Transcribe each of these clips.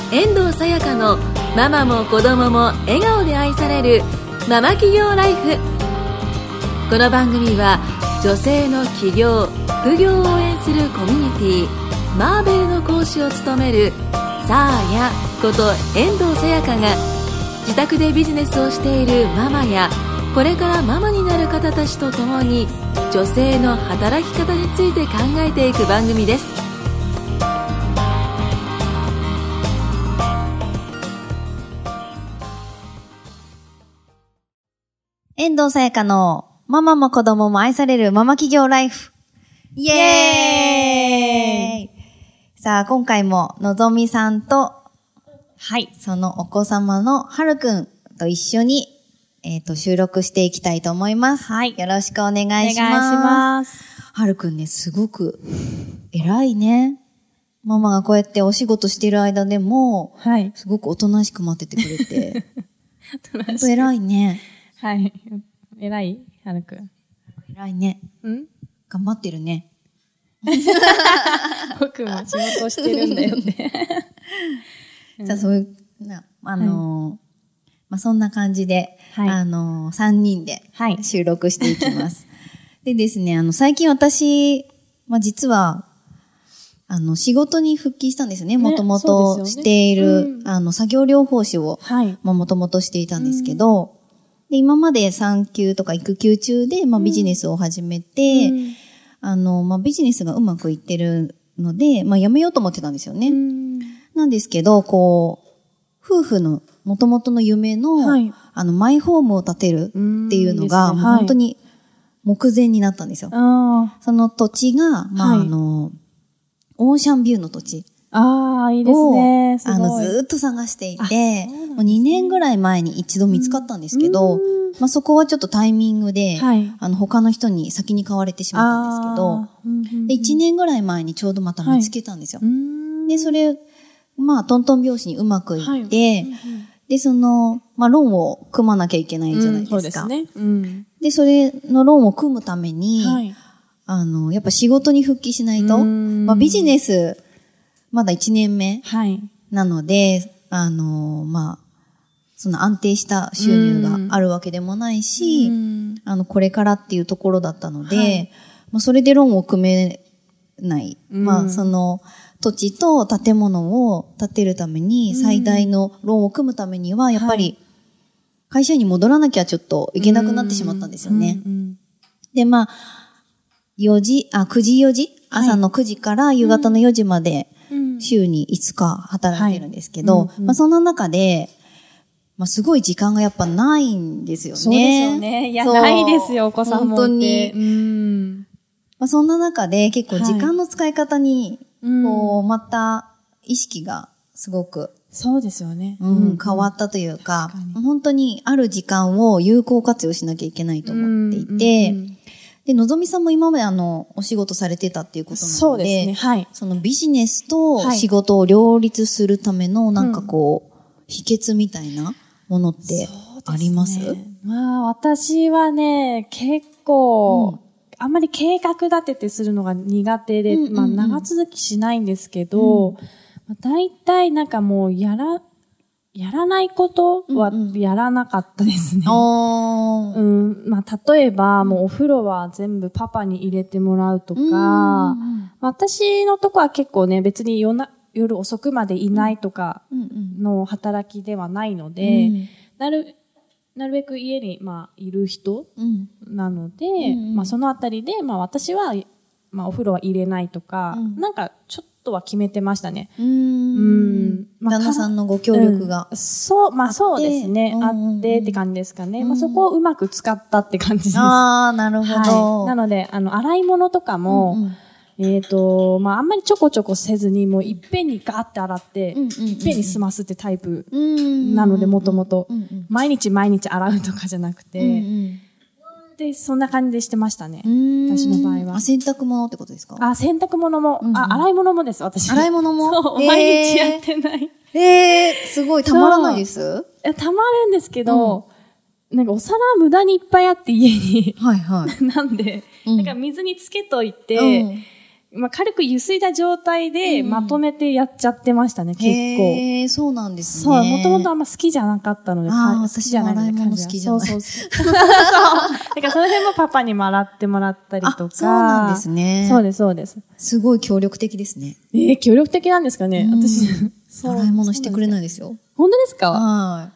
遠藤さやかのママも子供も笑顔で愛されるママ企業ライフ。この番組は女性の起業・副業を応援するコミュニティマーベルの講師を務めるさあやこと遠藤さやかが、自宅でビジネスをしているママやこれからママになる方たちと共に女性の働き方について考えていく番組です。 遠藤さやかのママも子供も愛されるママ企業ライフ。イエーイ。さあ、今回ものぞみさんと、はい、そのお子様のはるくんと一緒に、収録していきたいと思います。はい。よろしくお願いします。お願いします。はるくんね、すごく偉いね。ママがこうやってお仕事してる間でも、はい。すごくおとなしく待っててくれて。ほんと偉いね。 はい。偉いはるくん。 偉いね。頑張ってるね。 僕も仕事をしてるんだよね。 さあ、そういう、まあ、そんな感じで、はい、3人で収録していきます。でですね、最近私、まあ、実は、仕事に復帰したんですね。もともとしている、作業療法士を、まあ、もともとしていたんですけど、で、今まで産休とか育休中で、まあ、ビジネスを始めて、まあ、ビジネスがうまくいってるので、まあ、辞めようと思ってたんですよね。なんですけど、こう、夫婦の元々の夢の、マイホームを建てるっていうのが、もう本当に目前になったんですよ。その土地が、まあ、オーシャンビューの土地。 ああ、いいですね。 ずーっと探していて、もう2年ぐらい前に一度見つかったんですけど、まあそこはちょっとタイミングで、他の人に先に買われてしまったんですけど、で、1年ぐらい前にちょうどまた見つけたんですよ。で、それ、まあ、トントン拍子にうまくいって、で、まあ、ローンを組まなきゃいけないじゃないですか。そうですね。で、それのローンを組むために、やっぱ仕事に復帰しないと、まあ、ビジネス、まだ1年目なので、まあ、その安定した収入があるわけでもないし、これからっていうところだったので、まあ、それでローンを組めない。まあ、その土地と建物を建てるために、最大のローンを組むためには、やっぱり、会社に戻らなきゃちょっといけなくなってしまったんですよね。で、まあ、9時4時朝の9時から夕方の4時まで、週に5日働いてるんですけど、まあそんな中で、まあすごい時間がやっぱないんですよね。 そうですよね。いや、ないですよ、お子さんもいて。本当に。 まあそんな中で結構時間の使い方に、こう、また意識がすごく、 そうですよね。 変わったというか、本当にある時間を有効活用しなきゃいけないと思っていて、で、のぞみさんも今までお仕事されてたっていうことなので、そうですね、はい。そのビジネスと仕事を両立するための、なんかこう、秘訣みたいなものってあります？ まあ、私はね、結構、あんまり計画立ててするのが苦手で、まあ、長続きしないんですけど、だいたいなんかもう、やらないことはやらなかったですね。まあ、例えば、もうお風呂は全部パパに入れてもらうとか、私のとこは結構ね、別に夜遅くまでいないとかの働きではないので、なるべく家に、まあ、いる人なので、まあ、そのあたりで、まあ、私は、まあ、お風呂は入れないとか、なんか、ちょっとは決めてましたね。 まあ、旦那さんのご協力が。 まあ、そうですね。あってって感じですかね。まあ、そこをうまく使ったって感じです。 ああ、なるほど。 なので、洗い物とかも、まあ、あんまりちょこちょこせずに、もういっぺんにガーって洗って、いっぺんに済ますってタイプなので、もともと。毎日洗うとかじゃなくて、で、そんな感じでしてましたね。私の場合は。 洗濯物ってことですか？ 洗濯物も、洗い物もです、私。 洗い物もそう、毎日やってない。 すごい、たまらないです？ たまるんですけど、なんかお皿無駄にいっぱいあって家に。 はいはい。 なんで、なんか水につけといて、 軽くゆすいだ状態でまとめてやっちゃってましたね、結構。 そうなんですね。 そう、もともとあんま好きじゃなかったので、 私は洗い物好きじゃない。 そう。だからその辺もパパにも洗ってもらったりとか。 そうなんですね。 そうです。 すごい協力的ですね。 協力的なんですかね、私。 洗い物してくれないですよ。 本当ですか？ はい。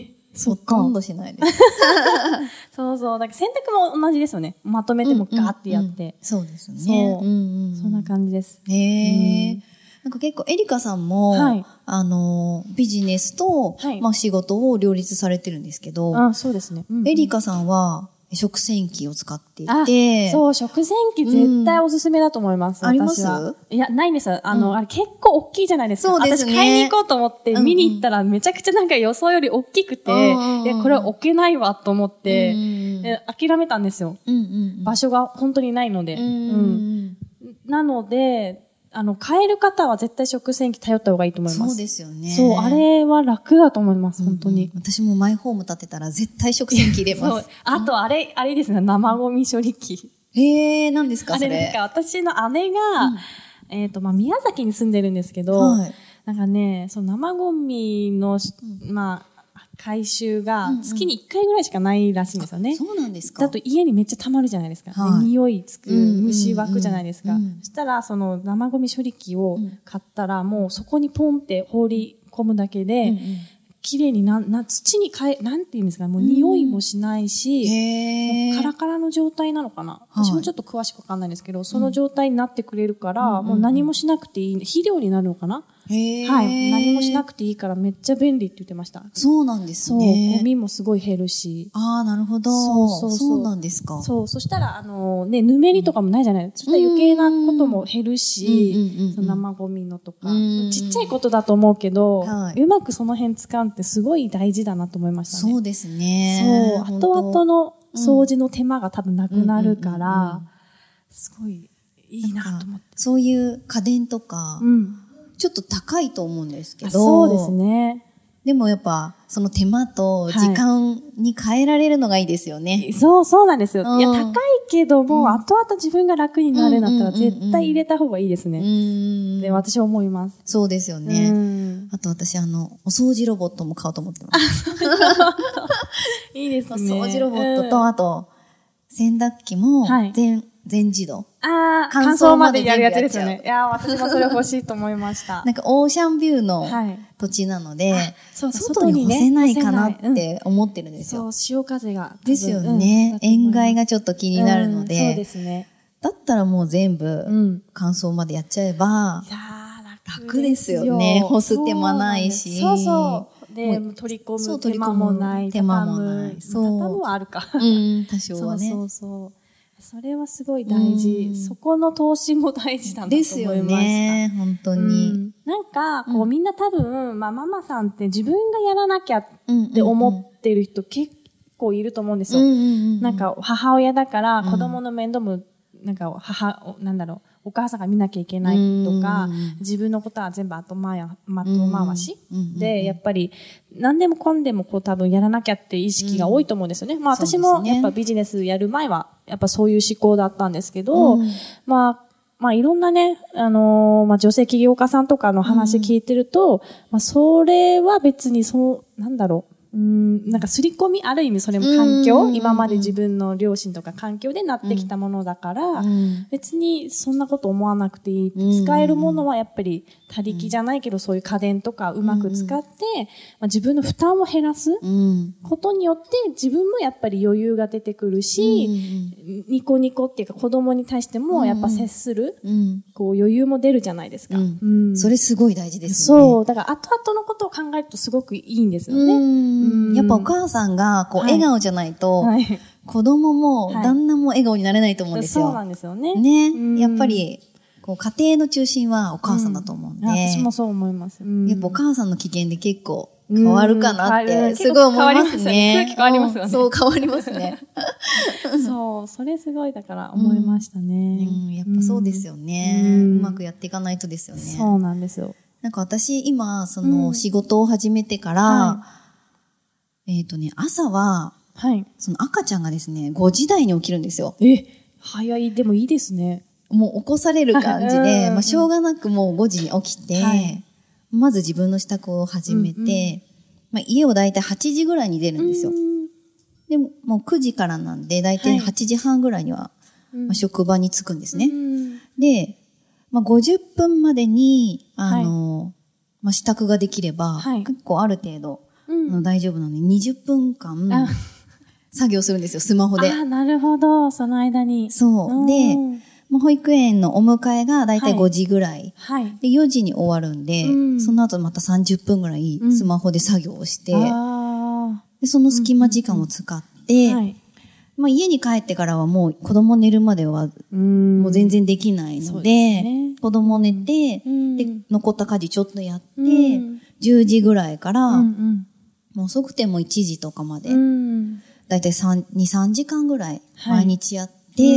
そっか。 ほとんどしないです。 そう。だから洗濯も同じですよね。まとめてもガーってやって。 そうですよね。 そんな感じです。 なんか結構エリカさんも、ビジネスと、仕事を両立されてるんですけど、 そうですね。 エリカさんは食洗機を使っていて、 そう、食洗機絶対おすすめだと思います。 あります？ いや、ないんです。あれ結構大きいじゃないですか。 そうですね。 私買いに行こうと思って見に行ったらめちゃくちゃなんか予想より大きくて、いや、これは置けないわと思って、諦めたんですよ。場所が本当にないので。なので、買える方は絶対食洗機頼った方がいいと思います。 そうですよね。 そう、あれは楽だと思います、本当に。 私もマイホーム建てたら絶対食洗機入れます。 あと、あれですね、生ゴミ処理機。 何ですかそれ。 あれなんか私の姉が、宮崎に住んでるんですけど、なんかね、その生ゴミの、回収が月に1回ぐらいしかないらしいんですよね。 そうなんですか。 だと家にめっちゃ溜まるじゃないですか。匂いつく、虫湧くじゃないですか。そしたら、その生ゴミ処理機を買ったら、もうそこにポンって放り込むだけで、綺麗に土になんて言うんですか、もう匂いもしないし、カラカラの状態なのかな。私もちょっと詳しくわかんないんですけど、その状態になってくれるから、もう何もしなくていい、肥料になるのかな。何もしなくていいからめっちゃ便利って言ってました。 そうなんですね。 そう、ゴミもすごい減るし。 なるほど。そうなんですか。 そしたら、ぬめりとかもないじゃない。そしたら余計なことも減るし、生ゴミのとか。ちっちゃいことだと思うけど、うまくその辺使うってすごい大事だなと思いましたね。 そうですね。 そう、後々の掃除の手間が多分なくなるから、すごいいいなと思って。 そういう家電とか、ちょっと高いと思うんですけど。 そうですね。 でもやっぱ、その手間と時間に変えられるのがいいですよね。 そうなんですよ。いや、高いけども、後々自分が楽になるんだったら絶対入れた方がいいですね。で、私は思います。 そうですよね。あと私、お掃除ロボットも買おうと思ってます。 いいですね。 お掃除ロボットと、あと、洗濯機も全自動。 乾燥までやるやつですよね。いや、私もそれ欲しいと思いました。 なんかオーシャンビューの土地なので、外に干せないかなって思ってるんですよ。 そう、潮風が。 ですよね。塩害がちょっと気になるので。 そうですね。 だったらもう全部乾燥までやっちゃえば、楽ですよね。干す手間ないし。 そう。で、取り込む手間もない。 手間もない。 そう。畳はあるか。 多少はね。 そう。それはすごい大事。そこの投資も大事だなと思いました。ですよね、 本当に。 なんか、みんな多分、ママさんって自分がやらなきゃって思ってる人結構いると思うんですよ。なんか、母親だから子供の面倒も、なんか、お母さんが見なきゃいけないとか、自分のことは全部後回しで、やっぱり何でもかんでも多分やらなきゃって意識が多いと思うんですよね。私もやっぱビジネスやる前はやっぱそういう思考だったんですけど、いろんなね、女性起業家さんとかの話聞いてると、それは別になんか刷り込み、ある意味それも環境、今まで自分の両親とか環境でなってきたものだから、別にそんなこと思わなくていい。使えるものはやっぱり他力じゃないけど、そういう家電とかうまく使って、自分の負担を減らすことによって自分もやっぱり余裕が出てくるし、ニコニコっていうか子供に対してもやっぱ接する、余裕も出るじゃないですか。 それすごい大事ですよね。 そう。だから後々のことを考えるとすごくいいんですよね。 やっぱお母さんが笑顔じゃないと、子供も旦那も笑顔になれないと思うんですよ。 そうなんですよね。 ね。やっぱり、家庭の中心はお母さんだと思うんで。 私もそう思います。 やっぱお母さんの機嫌で結構変わるかなって、すごい思いますね。 空気変わりますよね。 そう、変わりますね。 そう、それすごいだから思いましたね。 やっぱそうですよね。うまくやっていかないとですよね。 そうなんですよ。 なんか私今、仕事を始めてから、朝は、その赤ちゃんがですね、5時台に起きるんですよ。 早い、でもいいですね。 もう起こされる感じで、まあしょうがなくもう5時に起きて、はい、まず自分の支度を始めて、まあ家をだいたい8時ぐらいに出るんですよ。でももう9時からなんで、だいたい8時半ぐらいには、まあ、職場に着くんですね。で、まあ50分までに、まあ支度ができれば、結構ある程度、大丈夫なので、20分間、作業するんですよ、スマホで。 なるほど、その間に。 そう。で、まあ、保育園のお迎えがだいたい5時ぐらい。で、4時に終わるんで、その後また30分ぐらいスマホで作業をして、でその隙間時間を使って、まあ、家に帰ってからはもう子供寝るまではもう全然できないので、子供寝て、で、残った家事ちょっとやって、10時ぐらいから、もう遅くても1時とかまで、だいたい2、3時間ぐらい毎日やって、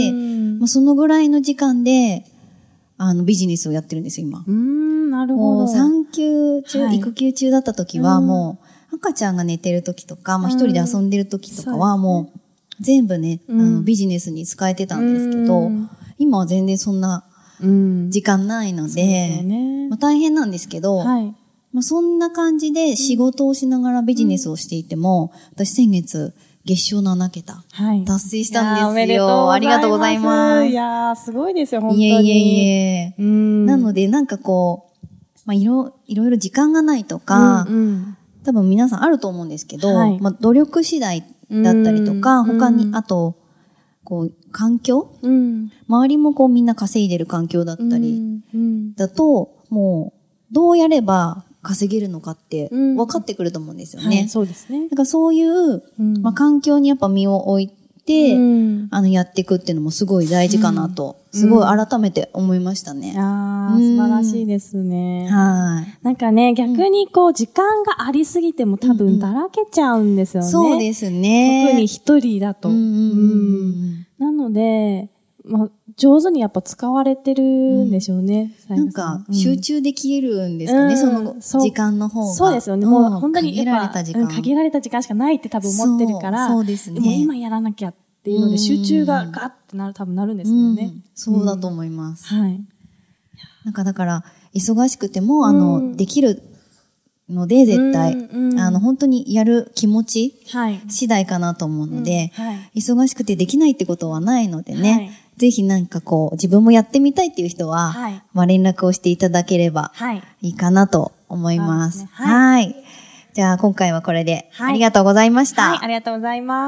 まあ、そのぐらいの時間で、ビジネスをやってるんですよ、今。 なるほど。 産休中、育休中だった時はもう、赤ちゃんが寝てる時とか、まあ、一人で遊んでる時とかはもう、全部ね、ビジネスに使えてたんですけど、今は全然そんな時間ないので、まあ、大変なんですけど、まあ、そんな感じで仕事をしながらビジネスをしていても、私先月、月賞7桁、達成したんですよ。 おめでとうございます。 ありがとうございます。 いやー、すごいですよ、本当に。 いえ。なので、なんかこう、まあ、いろいろ時間がないとか、多分皆さんあると思うんですけど、まあ、努力次第だったりとか、他に、あと、こう、環境、周りもこうみんな稼いでる環境だったり、だと、もう、どうやれば、稼げるのかって分かってくると思うんですよね。 そうですね。 だからそういう、まあ、環境にやっぱ身を置いて、やっていくっていうのもすごい大事かなと、すごい改めて思いましたね。 素晴らしいですね。なんかね、逆にこう、時間がありすぎても多分だらけちゃうんですよね。 そうですね。 特に一人だと。なので、まあ、上手にやっぱ使われてるんでしょうね。 なんか、集中できるんですかね、その時間の方が。 そうですよね。もう本当に限られた時間。限られた時間しかないって多分思ってるから。 そうですね。 でも今やらなきゃっていうので、集中がガッて多分なるんですよね。 そうだと思います。なんかだから、忙しくても、できるので、絶対。本当にやる気持ち次第かなと思うので、忙しくてできないってことはないのでね。ぜひなんかこう、自分もやってみたいっていう人は、まあ連絡をしていただければいいかなと思います。はい。じゃあ今回はこれでありがとうございました。 はい、ありがとうございます。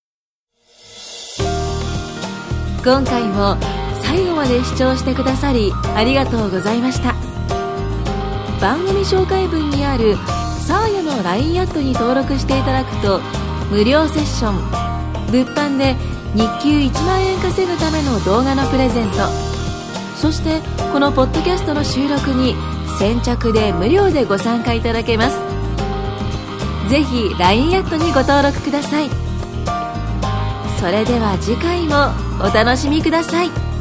今回も最後まで視聴してくださりありがとうございました。番組紹介文にあるサーヤの LINE アットに登録していただくと、無料セッション、物販で日給1万円稼ぐための動画のプレゼント、そしてこのポッドキャストの収録に先着で無料でご参加いただけます。ぜひ LINE アットにご登録ください。それでは次回もお楽しみください。